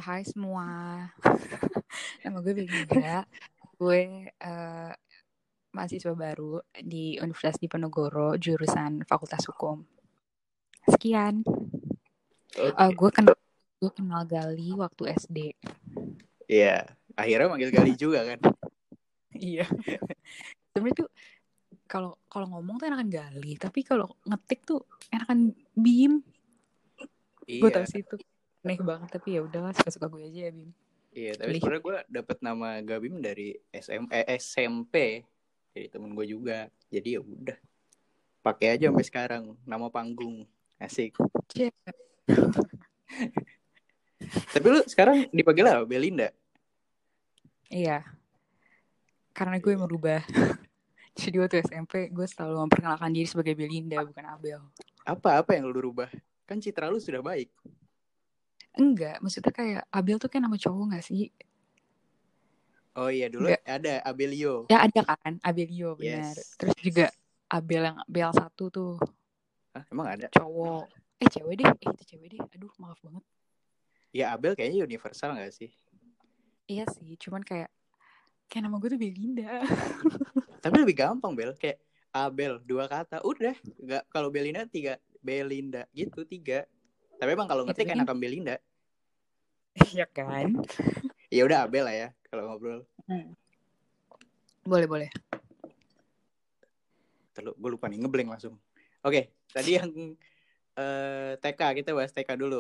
Hai semua, nama gue Belinda. Gue mahasiswa baru di Universitas Diponegoro, jurusan Fakultas Hukum. Sekian. Oke. Gue kenal Gali waktu SD. Iya, akhirnya manggil Gali juga kan. Iya. Sebenarnya tuh kalau ngomong tuh enakan Gali, tapi kalau ngetik tuh enakan Bim. Gue tau Iya. sih itu aneh banget, tapi ya udahlah, suka-suka gue aja ya Bim. Iya, tapi sebenarnya gue dapet nama Gabim dari SMP dari temen gue juga. Jadi ya udah, pakai aja sampai sekarang nama panggung. Asik. Cek. Tapi lu sekarang dipanggil apa? Belinda? Iya, karena gue merubah. Jadi waktu SMP gue selalu memperkenalkan diri sebagai Belinda, bukan Abel. Apa yang lu rubah? Kan citra lu sudah baik. Enggak, maksudnya kayak Abel tuh kayak nama cowok gak sih? Oh iya, dulu Enggak. ada Abelio. Ya ada kan, Abelio benar. Yes. Terus juga Abel yang BL1 tuh Hah, emang ada? cowok. Cewek deh. Itu cewek deh. Aduh, maaf banget. Ya Abel kayaknya universal gak sih? Iya sih, cuman kayak nama gue tuh Belinda. Tapi lebih gampang Bel, kayak Abel 2 kata, udah. Nggak, kalau Belinda 3, Belinda gitu 3. Tapi emang kalau Ya ngetik tapi kan, enakan Belinda. iya kan. Ya udah Abel lah ya kalau ngobrol. Boleh. Terus gue lupa nih, ngeblank langsung. Oke, tadi yang TK, kita bahas TK dulu.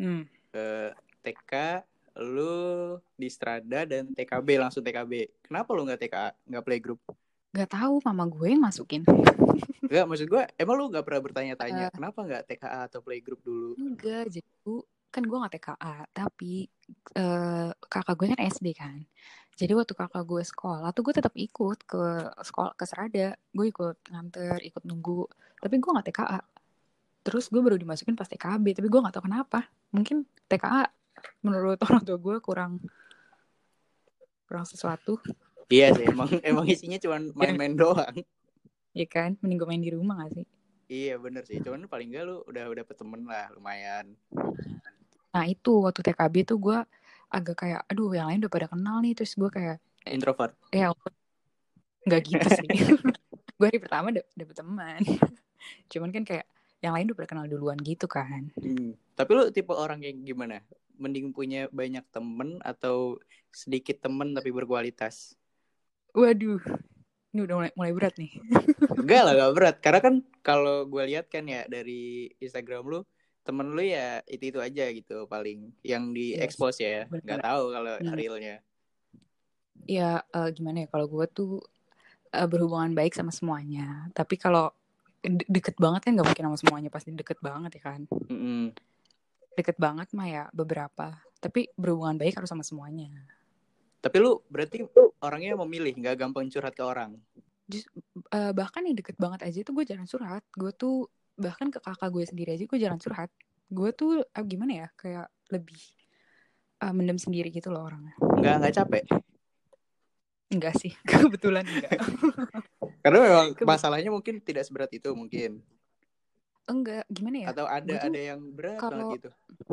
TK lu di Strada dan TKB, langsung TKB. Kenapa lu nggak TKA, nggak playgroup? Gak tahu, mama gue yang masukin. Enggak, maksud gue, emang lu nggak pernah bertanya-tanya kenapa nggak TKA atau playgroup dulu? Enggak, jadi kan gue gak TKA, tapi kakak gue kan SD kan. Jadi waktu kakak gue sekolah tuh gue tetap ikut ke sekolah, ke Serada. Gue ikut nganter, ikut nunggu. Tapi gue gak TKA. Terus gue baru dimasukin pas TKB, tapi gue gak tahu kenapa. Mungkin TKA menurut orang tua gue kurang sesuatu. Iya sih, emang isinya cuma main-main doang. Iya kan, mending gue main di rumah gak sih? Iya bener sih, cuman paling gak lu udah dapet temen lah, lumayan. Nah itu waktu TKB tuh gue agak kayak, aduh yang lain udah pada kenal nih. Terus gue kayak, Introvert. gak gitu sih. Gue hari pertama dapet teman. Cuman kan kayak yang lain udah pada kenal duluan gitu kan. Tapi lu tipe orang yang gimana? Mending punya banyak temen atau sedikit temen tapi berkualitas? Waduh, ini udah mulai berat nih. Enggak lah, gak berat. Karena kan kalau gue lihat kan ya dari Instagram lu, temen lu ya itu aja gitu paling yang di Yes, expose ya. bener. Nggak tahu kalau realnya. Ya gimana ya, kalau gue tuh berhubungan baik sama semuanya. Tapi kalau deket banget kan gak mungkin sama semuanya, pasti deket banget ya kan. Deket banget mah ya beberapa. Tapi berhubungan baik harus sama semuanya. Tapi lu berarti orangnya memilih, nggak gampang curhat ke orang. Bahkan yang deket banget aja tuh gue jarang curhat. Gue tuh bahkan ke kakak gue sendiri aja gue jarang curhat. Gue tuh gimana ya, kayak lebih mendem sendiri gitu loh orangnya. Nggak capek? Enggak sih, kebetulan enggak. Karena memang masalahnya mungkin tidak seberat itu mungkin. Enggak, gimana ya? Atau ada yang berat banget gitu.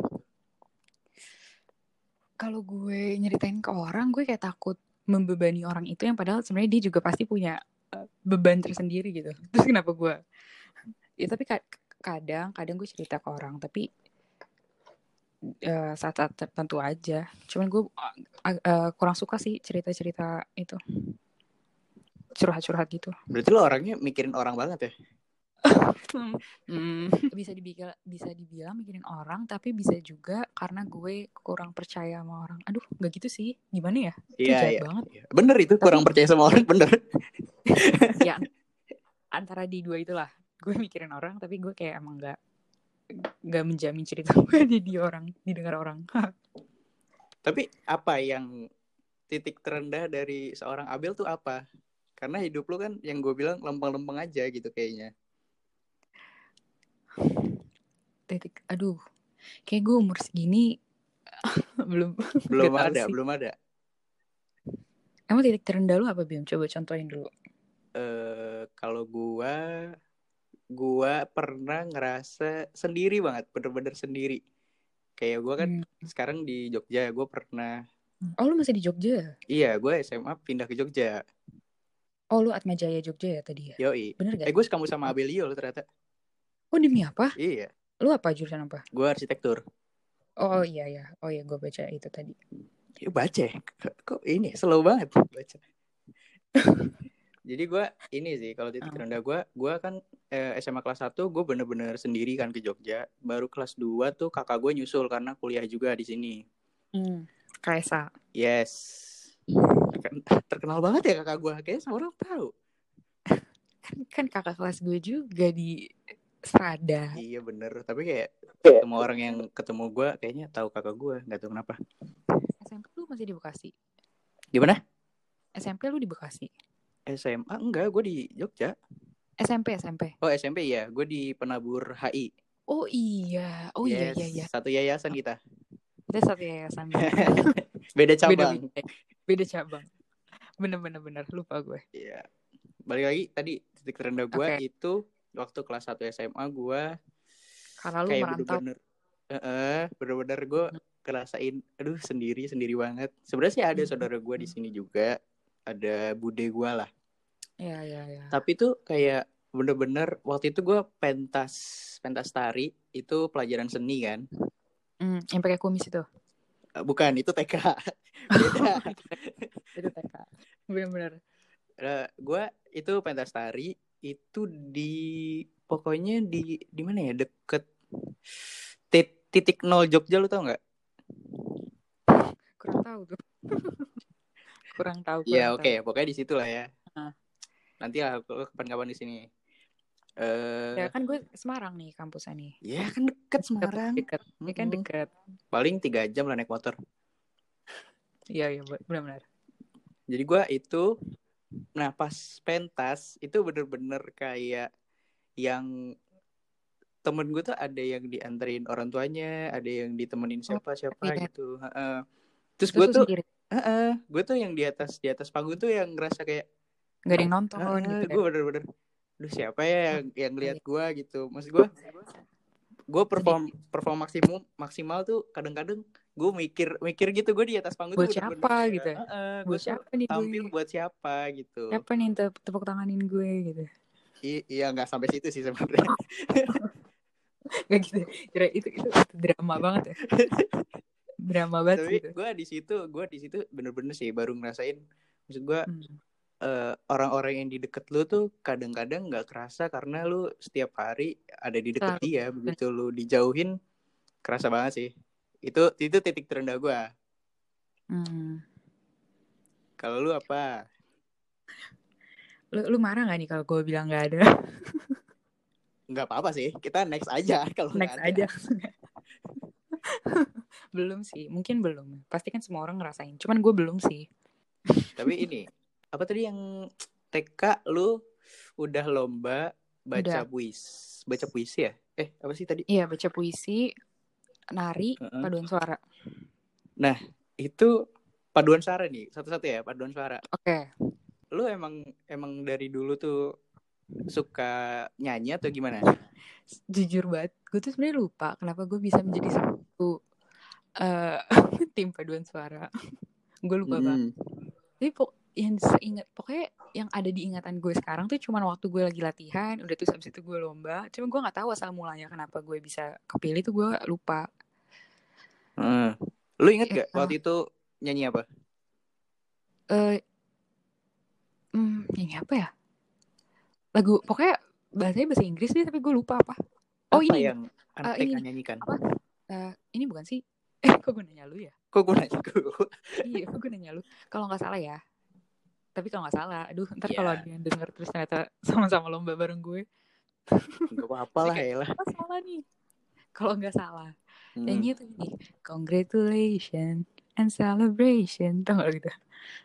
Kalau gue nyeritain ke orang, gue kayak takut membebani orang itu yang padahal sebenarnya dia juga pasti punya beban tersendiri gitu. Terus kenapa gue? Ya tapi kadang gue cerita ke orang, tapi saat-saat tertentu aja. Cuman gue kurang suka sih cerita-cerita itu. Curhat-curhat gitu. Berarti lo orangnya mikirin orang banget ya? Bisa dibilang mikirin orang, tapi bisa juga karena gue kurang percaya sama orang. Aduh, nggak gitu sih, gimana ya? Itu jahat banget. Iya. Bener itu, kurang percaya sama orang, bener. Ya antara di dua itulah, gue mikirin orang tapi gue kayak emang nggak menjamin cerita gue didengar orang. Tapi apa yang titik terendah dari seorang Abel tuh apa? Karena hidup lu kan yang gue bilang lempeng-lempeng aja gitu kayaknya. Aduh, kayak gue umur segini belum ada. Emang titik terendah lu apa, Bim? Coba contohin dulu. Kalau gue pernah ngerasa sendiri banget, bener-bener sendiri. Kayak gue kan sekarang di Jogja, gue pernah. Oh, lu masih di Jogja? Iya, gue SMA pindah ke Jogja. Oh, lu Atmajaya Jogja ya tadi ya? Yoi. Bener gak? Gue sekampus sama Abelio lo ternyata. Oh, demi apa? Iya. Lu apa, jurusan apa? Gue arsitektur. Oh iya ya. Oh iya, gue baca itu tadi. Ya baca. Kok ini slow banget baca. Jadi gue ini sih kalau titik rendah gue kan SMA kelas 1 gue bener-bener sendiri kan ke Jogja. Baru kelas 2 tuh kakak gue nyusul karena kuliah juga di sini. Kaisa. Yes. Terkenal banget ya kakak gue. Kayaknya semua orang tahu. Kan kakak kelas gue juga di Strada. Iya bener. Tapi kayak ketemu orang yang ketemu gue kayaknya tahu kakak gue. Gak tahu kenapa. SMP lu masih di Bekasi? Gimana? SMP lu di Bekasi? SMA enggak, gue di Jogja. SMP. Oh SMP ya, gue di Penabur HI. Oh iya. Oh yes, iya. Satu yayasan kita. Kita satu yayasan. Beda cabang. Beda cabang. Bener lupa gue. Iya. Balik lagi tadi titik terendah gue itu waktu kelas 1 SMA gue. Karena lu merantau. Bener-bener gue ngerasain, aduh sendiri banget. Sebenarnya sih ada saudara gue di sini juga, ada bude gue lah. Iya. Tapi tuh kayak bener-bener waktu itu gue pentas tari itu pelajaran seni kan. Yang pakai kumis itu? Bukan, itu TK. Beda. Itu TK. Bener-bener. Gue itu pentas tari itu pokoknya di mana ya, deket titik 0 Jogja, lu tau nggak? Kurang tahu tuh. kurang tahu. Ya oke, pokoknya di situ lah ya. Nanti lah kapan-kapan di sini. Ya kan gue Semarang nih kampusnya nih. Ya kan deket Semarang. Deket. Ya kan deket. Paling 3 jam lah naik motor. Iya benar-benar. Jadi gue itu, nah pas pentas itu bener-bener kayak yang temen gue tuh ada yang dianterin orang tuanya, ada yang ditemenin siapa gitu. Terus gue tuh gue tuh yang di atas panggung tuh yang ngerasa kayak nggak ada yang nonton gitu. Gue bener-bener, aduh siapa ya yang lihat gue gitu. Maksud gue perform maksimal tuh kadang-kadang gue mikir gitu, gue di atas panggung buat tuh siapa gitu. Gue siapa nih tampil gue? Buat siapa gitu. Siapa nih tepuk tanganin gue gitu. Iya nggak sampai situ sih sebenarnya. Nggak gitu. Itu drama banget ya. Drama banget. Tapi gitu. Gue di situ bener-bener sih baru ngerasain. Maksud gue orang-orang yang di deket lu tuh kadang-kadang nggak kerasa karena lu setiap hari ada di deket dia. Begitu lu dijauhin kerasa banget sih. Itu titik terendah gue. Kalau lu apa? Lu marah nggak nih kalau gue bilang nggak ada? Nggak apa-apa sih, kita next aja kalau next aja. Belum sih, mungkin belum. Pasti kan semua orang ngerasain. Cuman gue belum sih. Tapi ini apa tadi yang TK lu udah lomba baca puisi ya? Apa sih tadi? Iya, baca puisi, nari, paduan suara. Nah, itu paduan suara nih, satu-satu ya, paduan suara. Oke. Lu emang dari dulu tuh suka nyanyi atau gimana? Jujur banget, gue tuh sebenarnya lupa kenapa gue bisa menjadi satu tim paduan suara. Gue lupa banget. Tapi pokoknya yang ada di ingatan gue sekarang tuh cuman waktu gue lagi latihan, udah terus abis itu gue lomba. Cuma gue nggak tahu asal mulanya kenapa gue bisa kepilih tuh gue lupa. Lu inget gak waktu itu nyanyi apa? Nyanyi apa ya? Lagu pokoknya bahasa Inggris deh, tapi gue lupa apa. Oh apa ini yang TK nyanyikan? Apa? Ini bukan sih? Kok gue nanya lu ya? Kok gue nanya lu? Iya, kok gue nanya lu. Kalau nggak salah ya. Tapi kalau nggak salah, aduh, ntar kalau ada yang denger terus ternyata sama-sama lomba bareng gue. Gak apa-apa lah ya lah. Apa salah nih? Kalau nggak salah, nyanyi tuh ini, congratulations and celebration, tau gak gitu?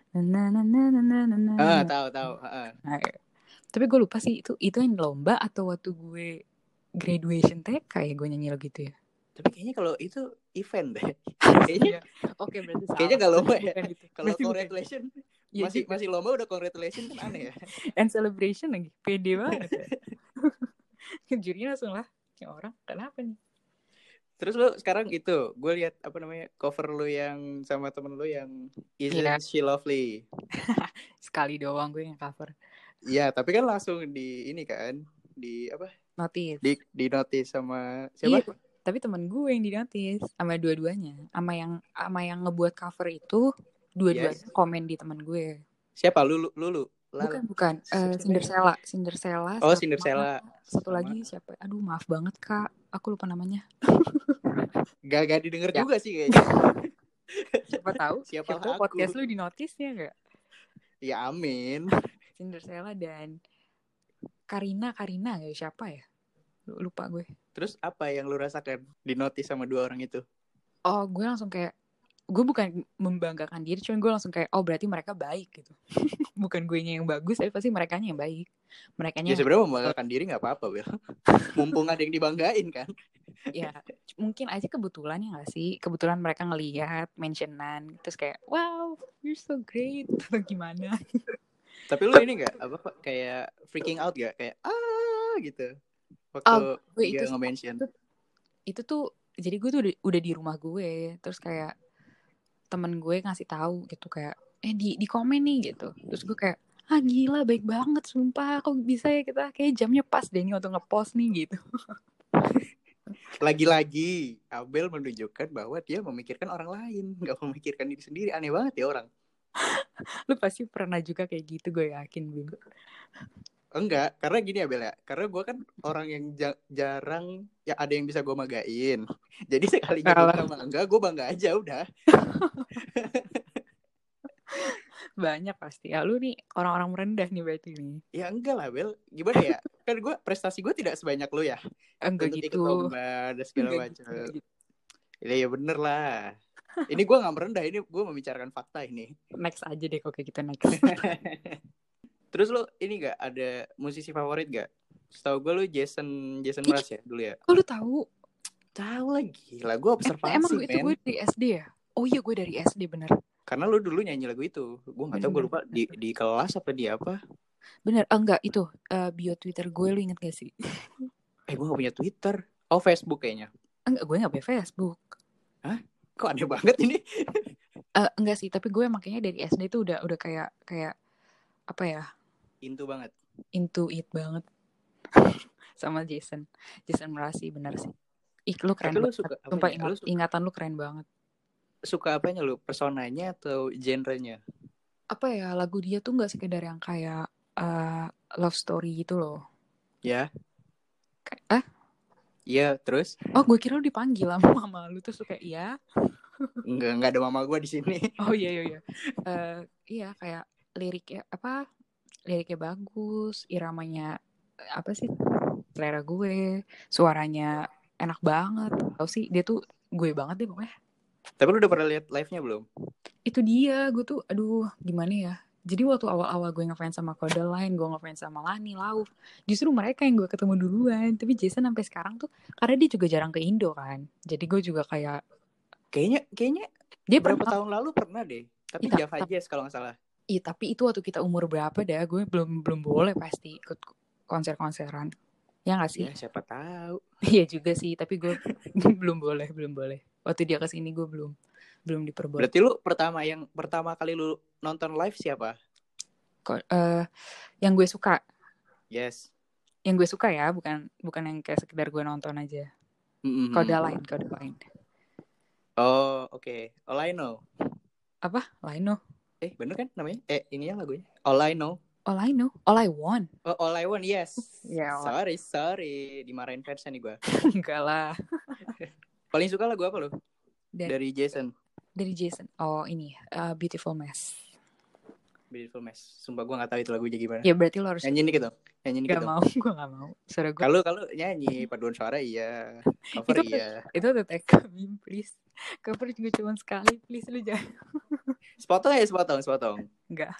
Tahu. Nah, tapi gue lupa sih itu yang lomba atau waktu gue graduation TK ya gue nyanyi lagu gitu ya. Tapi kayaknya kalau itu event deh. Kayaknya. Oke, berarti salah. Kayaknya gak lomba ya. Gitu. Kalau congratulation masih lomba udah congratulation kan aneh ya. And celebration lagi pede banget ya. Jurinya langsung lah, ya orang kenapa nih? Terus lu sekarang itu, gue lihat apa namanya cover lu yang sama temen lu yang Isn't She Lovely. Sekali doang gue yang cover. Iya, tapi kan langsung di ini kan, di apa? Notice. Di notice sama siapa? Iya, tapi temen gue yang di notice sama dua-duanya, sama yang ngebuat cover itu dua-duanya komen di temen gue. Siapa? Lulu. Bukan. Cinderella. Oh, Cinderella. Satu lagi siapa? Aduh, maaf banget Kak, aku lupa namanya. Gak didengar juga sih kayaknya. Siapa tahu? Siapa podcast lu di notice-nya nggak? Ya amin. Cinderella dan Karina nggak siapa ya? Lupa gue. Terus apa yang lu rasakan di notice sama dua orang itu? Oh, gue langsung kayak, gue bukan membanggakan diri, cuman gue langsung kayak, oh berarti mereka baik gitu. Bukan gue yang bagus, tapi pasti mereka yang baik. Ya sebenarnya membanggakan diri nggak apa-apa, Will. Mumpung ada yang dibanggain kan. Ya mungkin aja kebetulan ya nggak sih, kebetulan mereka ngelihat mentionan, terus kayak, wow, you're so great, atau gimana. Tapi lu ini nggak apa kayak freaking out gak, kayak gitu waktu dia nge-mention itu tuh, jadi gue tuh udah di rumah gue, terus kayak temen gue ngasih tahu gitu kayak di komen nih gitu, terus gue kayak gila baik banget sumpah, kok bisa ya kita kayak jamnya pas deh nih untuk ngepost nih gitu. Lagi-lagi Abel menunjukkan bahwa dia memikirkan orang lain, nggak memikirkan diri sendiri. Aneh banget ya orang. Lu pasti pernah juga kayak gitu, gue yakin Bim. Enggak, karena gini Abel ya, karena gue kan orang yang jarang ya ada yang bisa gue magain. Jadi sekalinya gue bangga, gue bangga aja udah. Banyak pasti ya, lu nih orang-orang merendah nih berarti nih. Ya enggak lah Bel, gimana ya, kan gue prestasi gue tidak sebanyak lu ya. Enggak untuk gitu, ikut lomba dan segala macam gitu. Ya bener lah. Ini gue gak merendah, ini gue membicarakan fakta ini. Next aja deh kok kayak gitu, next. Terus lu ini gak ada musisi favorit gak? Setahu gue lu Jason Mraz ya dulu ya. Kok lu tahu? Tahu lagi lah, gue observasi. Emang itu gue dari SD ya? Oh iya, gue dari SD bener. Karena lu dulu nyanyi lagu itu. Gue gak tahu, gue lupa di kelas apa di apa. Bener, enggak itu bio Twitter gue, lu inget gak sih? Gue gak punya Twitter. Oh, Facebook kayaknya. Enggak, gue gak punya Facebook. Hah? Kok aneh banget ini? Enggak sih, tapi gue makanya dari SD tuh udah kayak apa ya? Into banget. Into it banget. Sama Jason Mraz sih, bener sih. Lu keren banget. Sumpah ingatan lu keren banget. Suka apanya lu? Personanya atau genrenya? Apa ya, lagu dia tuh gak sekedar yang kayak love story gitu loh. Ya. Iya, terus? Oh, gue kira lu dipanggil sama mama lu, terus lu kayak iya. Enggak ada mama gue di sini. Oh iya. Iya, kayak liriknya bagus, iramanya apa sih? Selera gue, suaranya enak banget. Tahu sih, dia tuh gue banget deh pokoknya. Tapi lu udah pernah lihat live-nya belum? Itu dia, gue tuh aduh gimana ya. Jadi waktu awal-awal gue ngefans sama Kodaline, gue ngefans sama Lani, Lauf, justru mereka yang gue ketemu duluan. Tapi Jason sampai sekarang tuh, karena dia juga jarang ke Indo kan. Jadi gue juga kayak Kayaknya dia berapa tahun lalu pernah deh. Tapi Java Jazz kalau nggak salah. Iya, tapi itu waktu kita umur berapa dah? Gue belum boleh pasti ikut konser-konseran. Ya nggak sih? Ya siapa tahu. Iya juga sih, tapi gue belum boleh. Waktu dia kesini gue belum diperbolehkan. Berarti lu pertama kali lu nonton live siapa? Yang gue suka. Yes. Yang gue suka ya, bukan yang kayak sekedar gue nonton aja. Kodaline. Oh, oke. All I Know. Apa? All I Know. Bener kan namanya? Ini yang lagunya. All I Know. All I Know. All I Want. Oh, All I Want, yes. Yeah, sorry. Dimarahin fansnya nih gue. Enggak lah. Paling suka lagu apa lo? Dari Jason. Oh, ini. Beautiful Mess. Sumpah gue gak tahu itu lagunya gimana. Ya berarti lo harus nyanyiin dikit dong. Gue gak mau. Suara gue. Kalau nyanyi paduan suara iya. Cover iya. Itu udah tag Bim, please. Cover juga cuma sekali, please lu jangan. Sepotong. Enggak.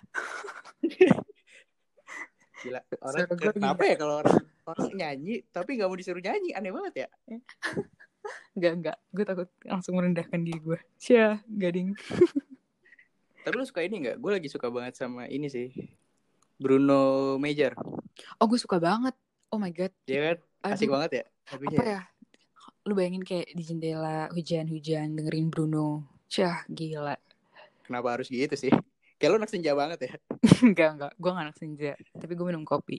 Gila. Orang kenapa ya kalau orang nyanyi tapi gak mau disuruh nyanyi, aneh banget ya. Enggak. Gue takut langsung merendahkan diri gue. Cia, gading. Tapi lu suka ini gak? Gue lagi suka banget sama ini sih, Bruno Major. Oh, gue suka banget. Oh my god. Iya kan? Asik banget ya lagunya. Apa ya? Lu bayangin kayak di jendela hujan-hujan dengerin Bruno. Cah, gila. Kenapa harus gitu sih? Kayak lu anak senja banget ya. Enggak. Gue gak anak senja. Tapi gue minum kopi.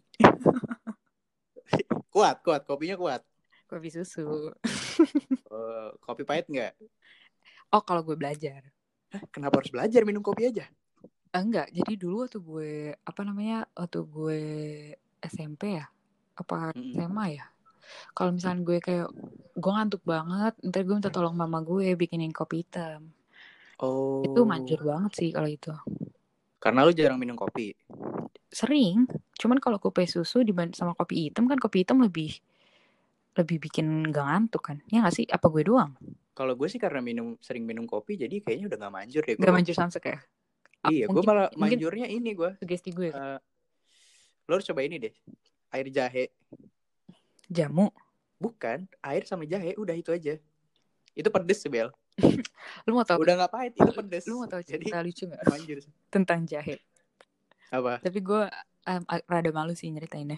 Kuat. Kopinya kuat. Kopi susu. Kopi pahit nggak? Oh, kalau gue belajar. Kenapa harus belajar minum kopi aja? Enggak, jadi dulu waktu gue SMP ya? Apa SMA ya? Kalau misalnya gue kayak, gue ngantuk banget, ntar gue minta tolong mama gue bikinin kopi hitam. Oh. Itu manjur banget sih kalau itu. Karena lu jarang minum kopi? Sering, cuman kalau kopi susu dibanding sama kopi hitam kan kopi hitam lebih bikin gak ngantuk kan. Ya gak sih? Apa gue doang? Kalau gue sih karena sering minum kopi, jadi kayaknya udah gak manjur deh. Gak manjur samsek ya? Iya, gue malah manjurnya ini gue. Sugesti gue. Lo harus coba ini deh. Air jahe. Jamu? Bukan, air sama jahe, udah itu aja. Itu pedes sih, Bel. Lu mau tahu? Udah gak pahit, itu pedes. Lu mau tahu cerita lucu gak? Manjur. Tentang jahe. Apa? Tapi gue rada malu sih nyeritainnya.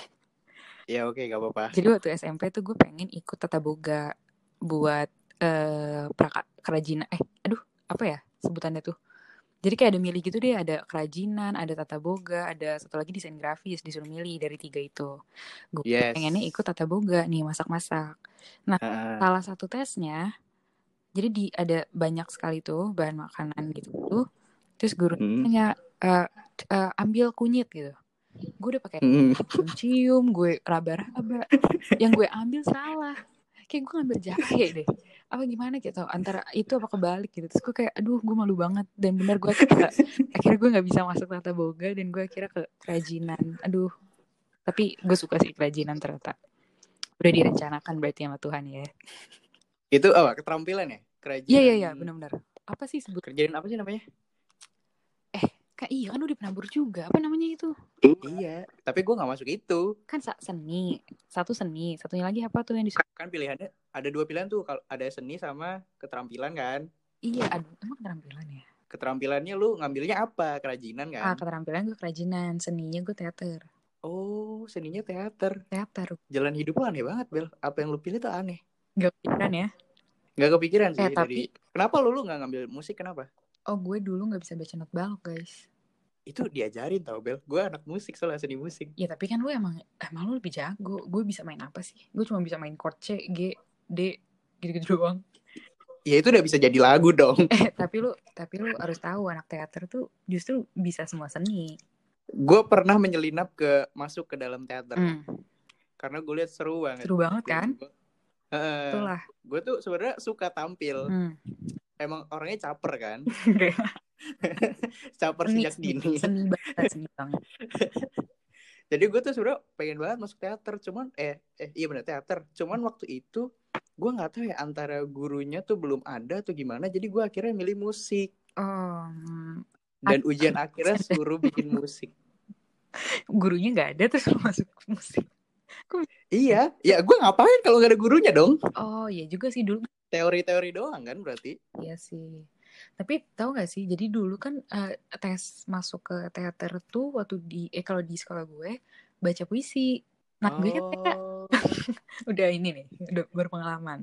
Ya oke, gak apa-apa. Jadi waktu SMP tuh gue pengen ikut tata boga buat kerajinan. Apa ya sebutannya tuh? Jadi kayak ada milih gitu deh, ada kerajinan, ada tata boga, ada satu lagi desain grafis, disuruh milih dari 3 itu. Gue pengennya ikut tata boga nih, masak-masak. Nah, salah satu tesnya, jadi ada banyak sekali tuh bahan makanan gitu. Terus gurunya ambil kunyit gitu. Gue udah pakai cium, gue raba-raba. Yang gue ambil salah. Kayak gue ngambil jahe deh. Apa gimana gitu, antara itu apa kebalik gitu. Terus gue kayak, aduh gue malu banget. Dan benar gue akhirnya gue gak bisa masuk tata boga. Dan gue akhirnya ke kerajinan. Aduh. Tapi gue suka sih kerajinan ternyata. Udah direncanakan berarti sama Tuhan ya. Itu apa? Keterampilan ya? Kerajinan. Iya, benar-benar. Apa sih sebut? Kerjaan apa sih namanya? Iya kan udah penabur juga. Apa namanya itu? Iya, tapi gue gak masuk itu. Kan seni. Satu seni. Satunya lagi apa tuh yang disuruh? Kan pilihannya ada 2 pilihan tuh. Kalau ada seni sama keterampilan kan. Iya, emang keterampilan ya? Keterampilannya lu ngambilnya apa? Kerajinan kan? Keterampilan gue kerajinan. Seninya gue teater. Oh, seninya teater. Jalan hidup lu aneh banget, Bel. Apa yang lu pilih tuh aneh. Gak kepikiran ya? Gak kepikiran sih. Tapi kenapa lu gak ngambil musik, kenapa? Oh, gue dulu gak bisa baca not balok, guys. Itu diajarin tau, Bel. Gue anak musik, soalnya seni musik. Ya tapi kan lu emang lu lebih jago. Gue bisa main apa sih? Gue cuma bisa main chord C, G, D, gitu-gitu doang. Ya itu udah bisa jadi lagu dong. Tapi lu harus tahu anak teater tuh justru bisa semua seni. Gue pernah menyelinap masuk ke dalam teater. Karena gue lihat seru banget. Seru banget kan? Itulah. Gue tuh sebenarnya suka tampil. Emang orangnya caper kan? Caper sejak dini. Seni banget. Jadi gue tuh sebenarnya pengen banget masuk teater. Cuman iya benar teater. Cuman waktu itu gue nggak tahu ya antara gurunya tuh belum ada atau gimana. Jadi gue akhirnya milih musik. Dan ujian akhirnya suruh bikin musik. Gurunya nggak ada terus masuk musik. Iya, ya gue ngapain kalau nggak ada gurunya dong? Oh iya juga sih dulu. Teori-teori doang kan berarti? Iya sih. Tapi tahu nggak sih? Jadi dulu kan tes masuk ke teater tuh waktu kalau di sekolah gue baca puisi. Nah gue kan kayak udah ini nih, udah berpengalaman.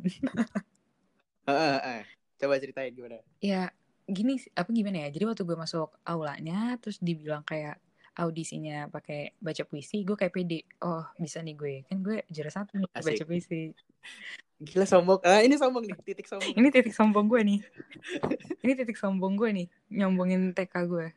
Coba ceritain gimana? Ya gimana ya? Jadi waktu gue masuk aulanya, terus dibilang kayak audisinya pakai baca puisi, gue kayak pede. Oh bisa nih gue, kan gue juara 1 nih baca puisi. Gila sombong. Ini sombong nih, titik sombong. Ini titik sombong gue nih. Ini titik sombong gue nih, nyombongin TK gue.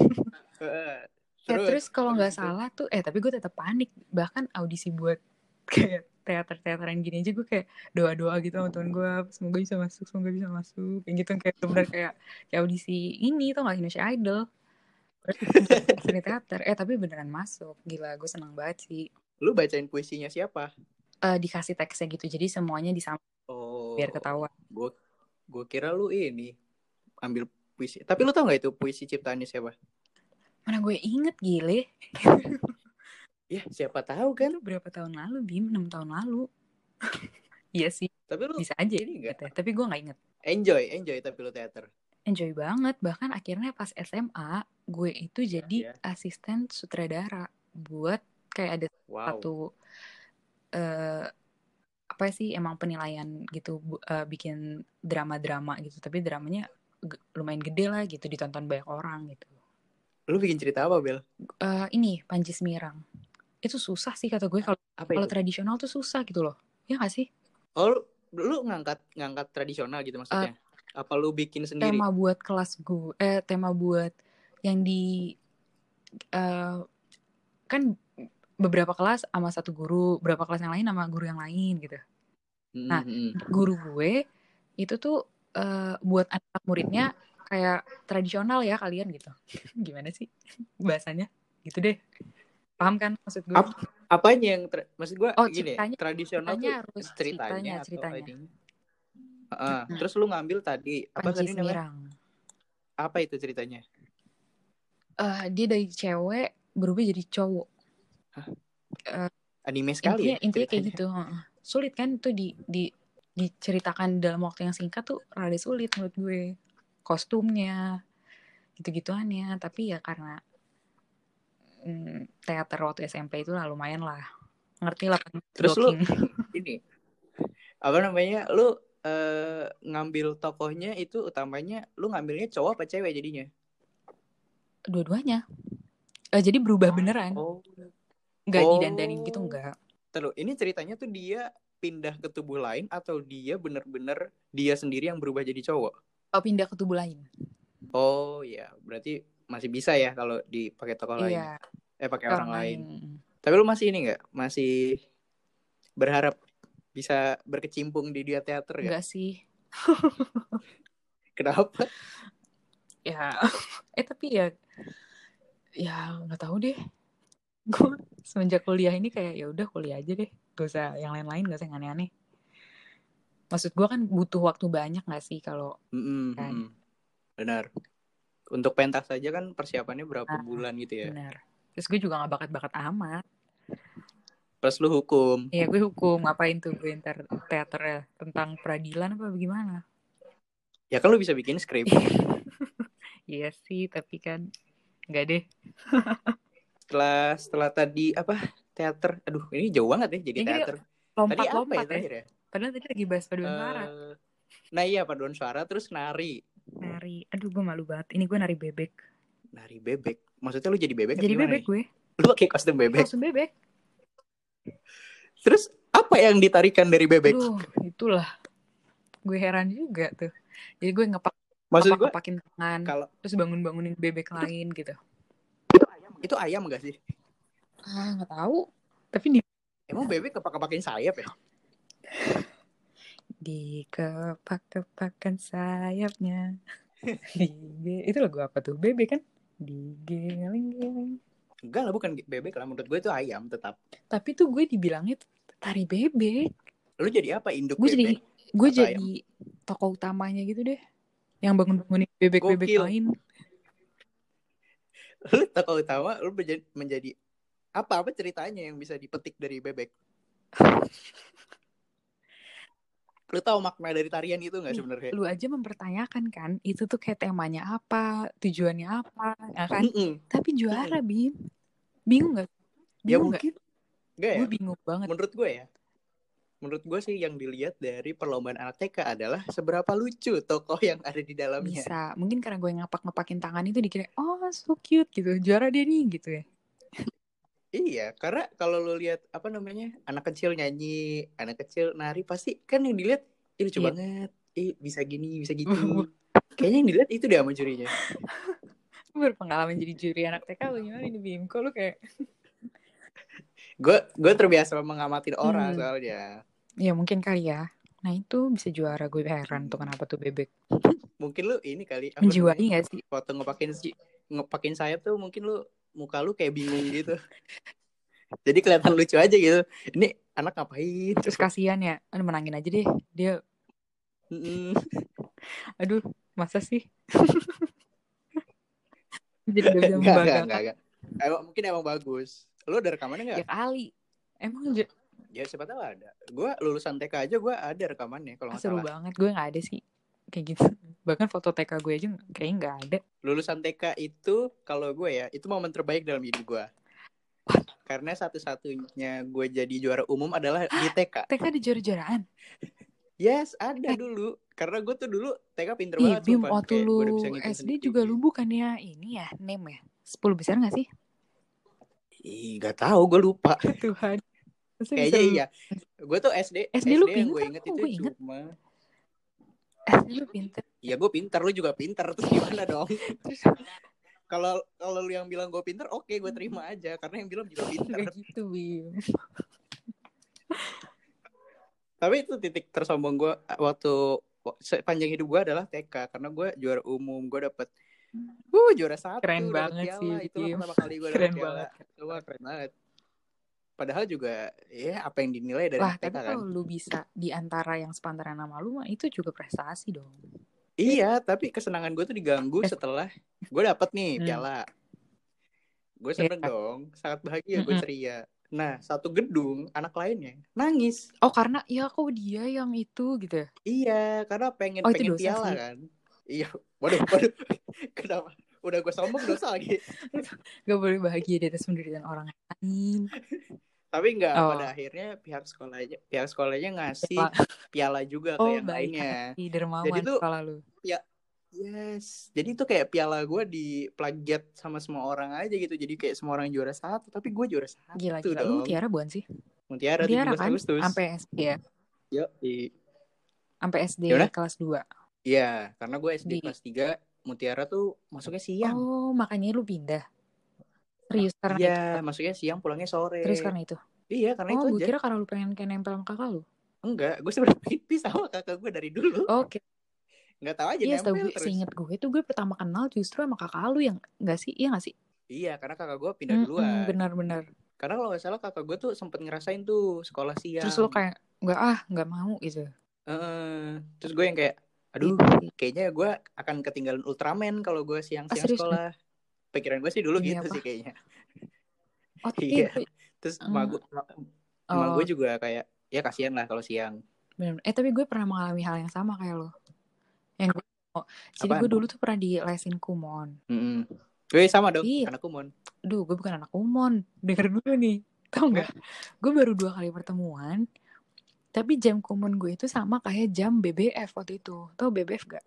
Terus kalau nggak salah tuh, tapi gue tetap panik. Bahkan audisi buat kayak teateran gini aja gue kayak doa-doa gitu sama temen gue, semoga bisa masuk. Kayak gitu, kayak benar kayak audisi ini tau nggak, Indonesia Idol. Terus seni teater, tapi beneran masuk. Gila, gue seneng banget sih. Lu bacain puisinya siapa? Dikasih teksnya gitu, jadi semuanya disampaikan biar ketahuan. Gue kira lu ini ambil puisi. Tapi lu tau gak itu puisi ciptaannya siapa? Mana gue inget, gile. Ya siapa tahu kan. Itu berapa tahun lalu, Bim? 6 tahun lalu. Iya sih. Tapi lu bisa aja ini gak? Tapi gue gak inget. Enjoy tapi lu teater. Enjoy banget. Bahkan akhirnya pas SMA gue itu jadi asisten sutradara buat kayak ada satu apa sih emang penilaian gitu bikin drama-drama gitu, tapi dramanya lumayan gede lah gitu, ditonton banyak orang gitu. Lu bikin cerita apa, Bel? Ini Panji Semirang. Itu susah sih kata gue, kalau tradisional tuh susah gitu loh. Ya gak sih? Oh, lu ngangkat tradisional gitu maksudnya? Apa lu bikin sendiri? Tema buat kelas gue, tema buat yang di kan beberapa kelas sama satu guru, beberapa kelas yang lain sama guru yang lain gitu. Nah, guru gue itu tuh buat anak muridnya kayak tradisional ya kalian gitu. Gimana sih bahasanya? Gitu deh. Paham kan maksud gue? Apanya yang maksud gue gini, ceritanya, tradisional ceritanya tuh harus ceritanya. ceritanya. Terus lu ngambil tadi apa Panji tadi namanya? Semirang. Apa itu ceritanya? Dia dari cewek berubah jadi cowok. Anime sekali intinya kayak gitu. Sulit kan tuh diceritakan dalam waktu yang singkat tuh rada sulit menurut gue. Kostumnya gitu-gituannya, tapi ya karena teater waktu SMP itu lah lumayan lah, ngerti lah. Terus lu ini apa namanya, lu ngambil tokohnya itu utamanya lu ngambilnya cowok apa cewek jadinya? Dua-duanya. Jadi berubah beneran. Nggak didandanin gitu, enggak. Terus ini ceritanya tuh dia pindah ke tubuh lain atau dia bener-bener dia sendiri yang berubah jadi cowok? Pindah ke tubuh lain. Oh ya, berarti masih bisa ya kalau dipakai tokoh lain. Pakai orang lain. Tapi lu masih ini nggak? Masih berharap bisa berkecimpung di dunia teater nggak? Enggak sih. Kenapa? Ya, tapi ya nggak tahu deh. Gue semenjak kuliah ini kayak ya udah kuliah aja deh, gak usah yang lain-lain, gak usah yang aneh-aneh. Maksud gue kan butuh waktu banyak nggak sih kalau kan? Benar. Untuk pentas saja kan persiapannya berapa bulan gitu ya? Benar. Terus gue juga nggak bakat-bakat amat. Plus lu hukum. Iya, gue hukum. Ngapain tuh gue ntar teaternya tentang peradilan apa bagaimana? Ya kan lu bisa bikin skrip. Iya sih, tapi kan nggak deh. Setelah tadi apa teater, aduh ini jauh banget ya jadi teater. Tadi apa ya terakhir ya? Padahal tadi lagi bahas paduan suara. Nah iya, paduan suara, terus nari. Aduh gue malu banget. Ini gue nari bebek. Nari bebek? Maksudnya lu jadi bebek? Jadi bebek gue. Lu pakai kostum bebek? Kostum bebek. Terus apa yang ditarikan dari bebek? Aduh, itulah. Gue heran juga tuh. Jadi gue ngepakin tangan, terus bangunin bebek lain gitu. Itu ayam gak sih? Nggak tahu. Tapi emang bebek kepak-kepakin sayap ya? Dikepak-kepakan sayapnya. Itu lagu apa tuh? Bebek kan? Digeling-geling. Enggak lah, bukan bebek lah. Menurut gue itu ayam tetap. Tapi tuh gue dibilangnya tari bebek. Lu jadi apa? Induk bebek? Gue jadi tokoh utamanya gitu deh. Yang bangun-bangunin bebek-bebek lain. Lu tokoh utama, lu menjadi apa ceritanya yang bisa dipetik dari bebek? Lu tahu makna dari tarian itu nggak sebenarnya? Lu aja mempertanyakan kan, itu tuh kayak temanya apa, tujuannya apa, ya kan? Tapi juara, Bim. Bingung nggak? Ya mungkin. Nggak ya? Gue bingung banget. Menurut gue sih yang dilihat dari perlombaan anak TK adalah seberapa lucu tokoh yang ada di dalamnya. Bisa, mungkin karena gue ngepak-ngepakin tangan itu dikira, oh so cute gitu, juara dia nih gitu ya. Iya, karena kalau lo lihat apa namanya, anak kecil nyanyi, anak kecil nari, pasti kan yang dilihat lucu banget, bisa gini, bisa gitu. Kayaknya yang dilihat itu deh sama jurinya. Berpengalaman jadi juri anak TK lo gimana nih, Bim? Kok lu kayak gue terbiasa mengamati orang soalnya. Ya mungkin kali ya. Nah itu bisa juara, gue heran tuh kenapa tuh bebek. Mungkin lu ini kali menjiwai nggak sih? Foto ngepakin sayap tuh mungkin lu muka lu kayak bingung gitu. Jadi kelihatan lucu aja gitu. Ini anak ngapain? Terus kasihan ya, menangin aja deh dia. Aduh, masa sih? Jadi gak bisa membanggakan. Mungkin emang bagus. Lu ada rekamannya nggak? Ya kali. Emang ya siapa tahu ada. Gue lulusan TK aja gue ada rekamannya kalau nggak salah. Seru banget. Gue nggak ada sih kayak gitu. Bahkan foto TK gue aja kayaknya nggak ada. Lulusan TK itu kalau gue ya, itu momen terbaik dalam hidup gue. Karena satu-satunya gue jadi juara umum adalah di TK. TK ada juara-juaraan? Yes, ada dulu. Karena gue tuh dulu TK pinter Ih, banget. Bim, Sumpah. waktu Kayak lu gue udah bisa ngitung SD sendiri. juga lu bukannya ini ya, name ya? 10 besar gak sih? Ih, gak tahu, gue lupa. Tuhan. Kayaknya iya. Gue tuh SD lu yang gue pinter, inget itu gue inget. cuma... SD lu pinter. Iya, gue pinter, lu juga pinter. Terus gimana dong? Kalau lu yang bilang gue pinter, oke, gue terima aja. Karena yang bilang juga pinter. Gak gitu, Bim. Tapi itu titik tersombong gue waktu sepanjang hidup gue adalah TK. Karena gue juara umum, gue dapet juara 1, keren dapet banget piala. sih, Itulah Bim. pertama kali gue dapet piala. Wah, keren banget. Padahal juga ya apa yang dinilai dari TK kan. Tapi kalau lu bisa di antara yang sepantaran nama lu mah itu juga prestasi dong. Iya, tapi kesenangan gue tuh diganggu setelah gue dapet nih piala. Gue seneng dong, sangat bahagia, gue ceria. Nah, satu gedung anak lainnya nangis. Oh, karena ya kok dia yang itu gitu. Iya, karena pengen piala sih. Kan. Iya, waduh. Kenapa? Udah gue sombong dosa lagi. Gak boleh bahagia di atas penderitaan orang lain. Tapi enggak, pada akhirnya pihak sekolahnya ngasih piala juga ke yang lainnya. Jadi tuh sekolah lu. Ya, yes. Jadi tuh kayak piala gue diplagiat sama semua orang aja gitu. Jadi kayak semua orang juara 1, tapi gue juara 1. Gila. Dong. Lu Mutiara bukan sih? Mutiara 17 kan? Agustus. Sampai SD ya? Yuk. Sampai SD kelas 2. Iya, karena gue SD kelas 3, Mutiara tuh masuknya siang. Oh, makanya lu pindah. Serius karena itu? Iya, masuknya siang, pulangnya sore. Serius karena itu? Iya, karena itu aja. Oh, gue kira karena lu pengen kayak nempel sama kakak lu. Enggak, gue sebenarnya pisah sama kakak gue dari dulu. Oke. Nggak tahu aja nempel gue, terus. Seinget gue pertama kenal justru sama kakak lu yang nggak sih? Iya nggak sih? Iya, karena kakak gue pindah duluan. Benar. Karena kalau nggak salah kakak gue tuh sempet ngerasain tuh sekolah siang. Terus lo kayak nggak mau gitu. Terus gue yang kayak, aduh, kayaknya gue akan ketinggalan Ultraman kalau gue siang-siang sekolah. Pikiran gue sih dulu gitu sih kayaknya. Iya. Terus emak gue juga kayak, ya kasihan lah kalau siang. Bener. Tapi gue pernah mengalami hal yang sama kayak lo. Yang gue jadi gue dulu tuh pernah di lesin kumon. Gue sama dong, anak kumon. Duh, gue bukan anak kumon. Dengar dulu nih, tau nggak? Gue baru 2 kali pertemuan. Tapi jam kumon gue itu sama kayak jam BBF waktu itu. Tau BBF gak?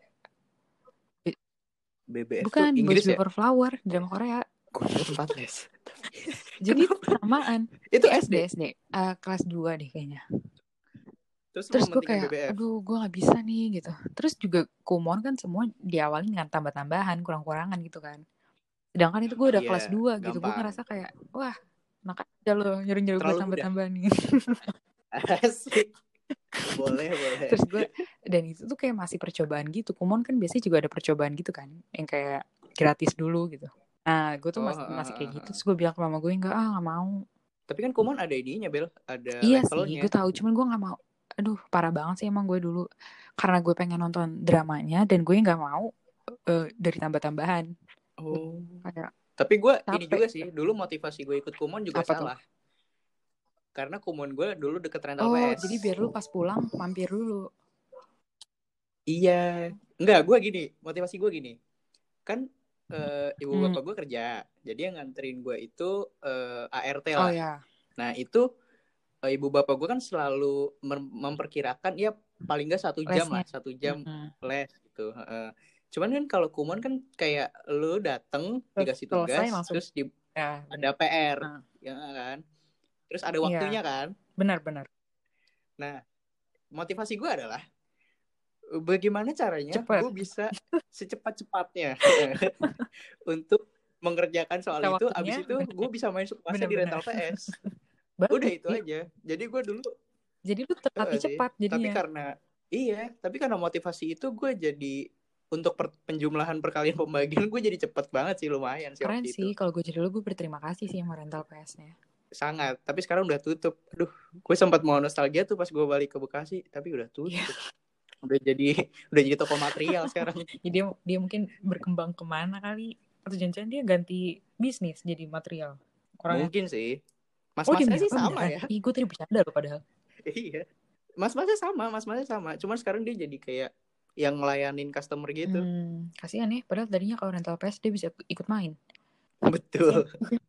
BBF bukan, tuh Inggris ya? Paper Flower, drama Korea. Tempat les. Jadi samaan. Itu SD? Kelas 2 deh kayaknya. Terus gue kayak, BBF. Aduh gue gak bisa nih gitu. Terus juga kumon kan semua diawali dengan tambah-tambahan, kurang-kurangan gitu kan. Sedangkan itu gue udah kelas 2 gitu. Gue ngerasa kayak, wah, enak aja lo nyuruh-nyuruh gue tambah-tambah nih. Asik. Boleh. Terus gue, dan itu tuh kayak masih percobaan gitu. Kumon kan biasanya juga ada percobaan gitu kan. Yang kayak gratis dulu gitu. Nah, gue tuh masih kayak gitu. Terus gue bilang ke mama gue, gak mau. Tapi kan kumon ada ininya, Bel. Ada iya levelnya. Iya sih, gue tahu. Cuman gue gak mau. Aduh, parah banget sih emang gue dulu. Karena gue pengen nonton dramanya. Dan gue gak mau dari tambah-tambahan. Oh. Kayak tapi gue ini juga sih, dulu motivasi gue ikut kumon juga salah. Tuh? Karena kumon gue dulu deket rental PS. Jadi biar lu pas pulang mampir dulu. Iya. Enggak, gue gini, motivasi gue gini. Kan ibu bapak gue kerja, jadi yang nganterin gue itu ART lah. Oh ya. Nah itu ibu bapak gue kan selalu memperkirakan ya paling nggak 1 jam lah, 1 jam les gitu. Cuman kan kalau kumon kan kayak lu dateng dikasih tugas terus ada PR ya kan, terus ada waktunya kan. Benar. Nah motivasi gue adalah bagaimana caranya gue bisa secepat-cepatnya untuk mengerjakan soal itu. Abis itu gue bisa main puasa di rental PS. Udah itu aja. Jadi gue dulu lu terlatih cepat jadinya. Tapi karena motivasi itu gue jadi untuk penjumlahan perkalian pembagian gue jadi cepet banget sih, lumayan sih. Keren sih, kalau gue jadi lu gue berterima kasih sih sama rental PS-nya. Sangat, tapi sekarang udah tutup. Aduh, gue sempat mau nostalgia tuh pas gue balik ke Bekasi, tapi udah tutup. Udah jadi toko material sekarang. dia mungkin berkembang kemana kali, atau jangan-jangan dia ganti bisnis jadi material. Mungkin sih. Mas-masnya sih sama ya. Gue tadi bercanda loh padahal. Iya. Mas-masnya sama. Cuman sekarang dia jadi kayak yang ngelayanin customer gitu. Kasihan ya, padahal tadinya kalau rental PS dia bisa ikut main. Betul.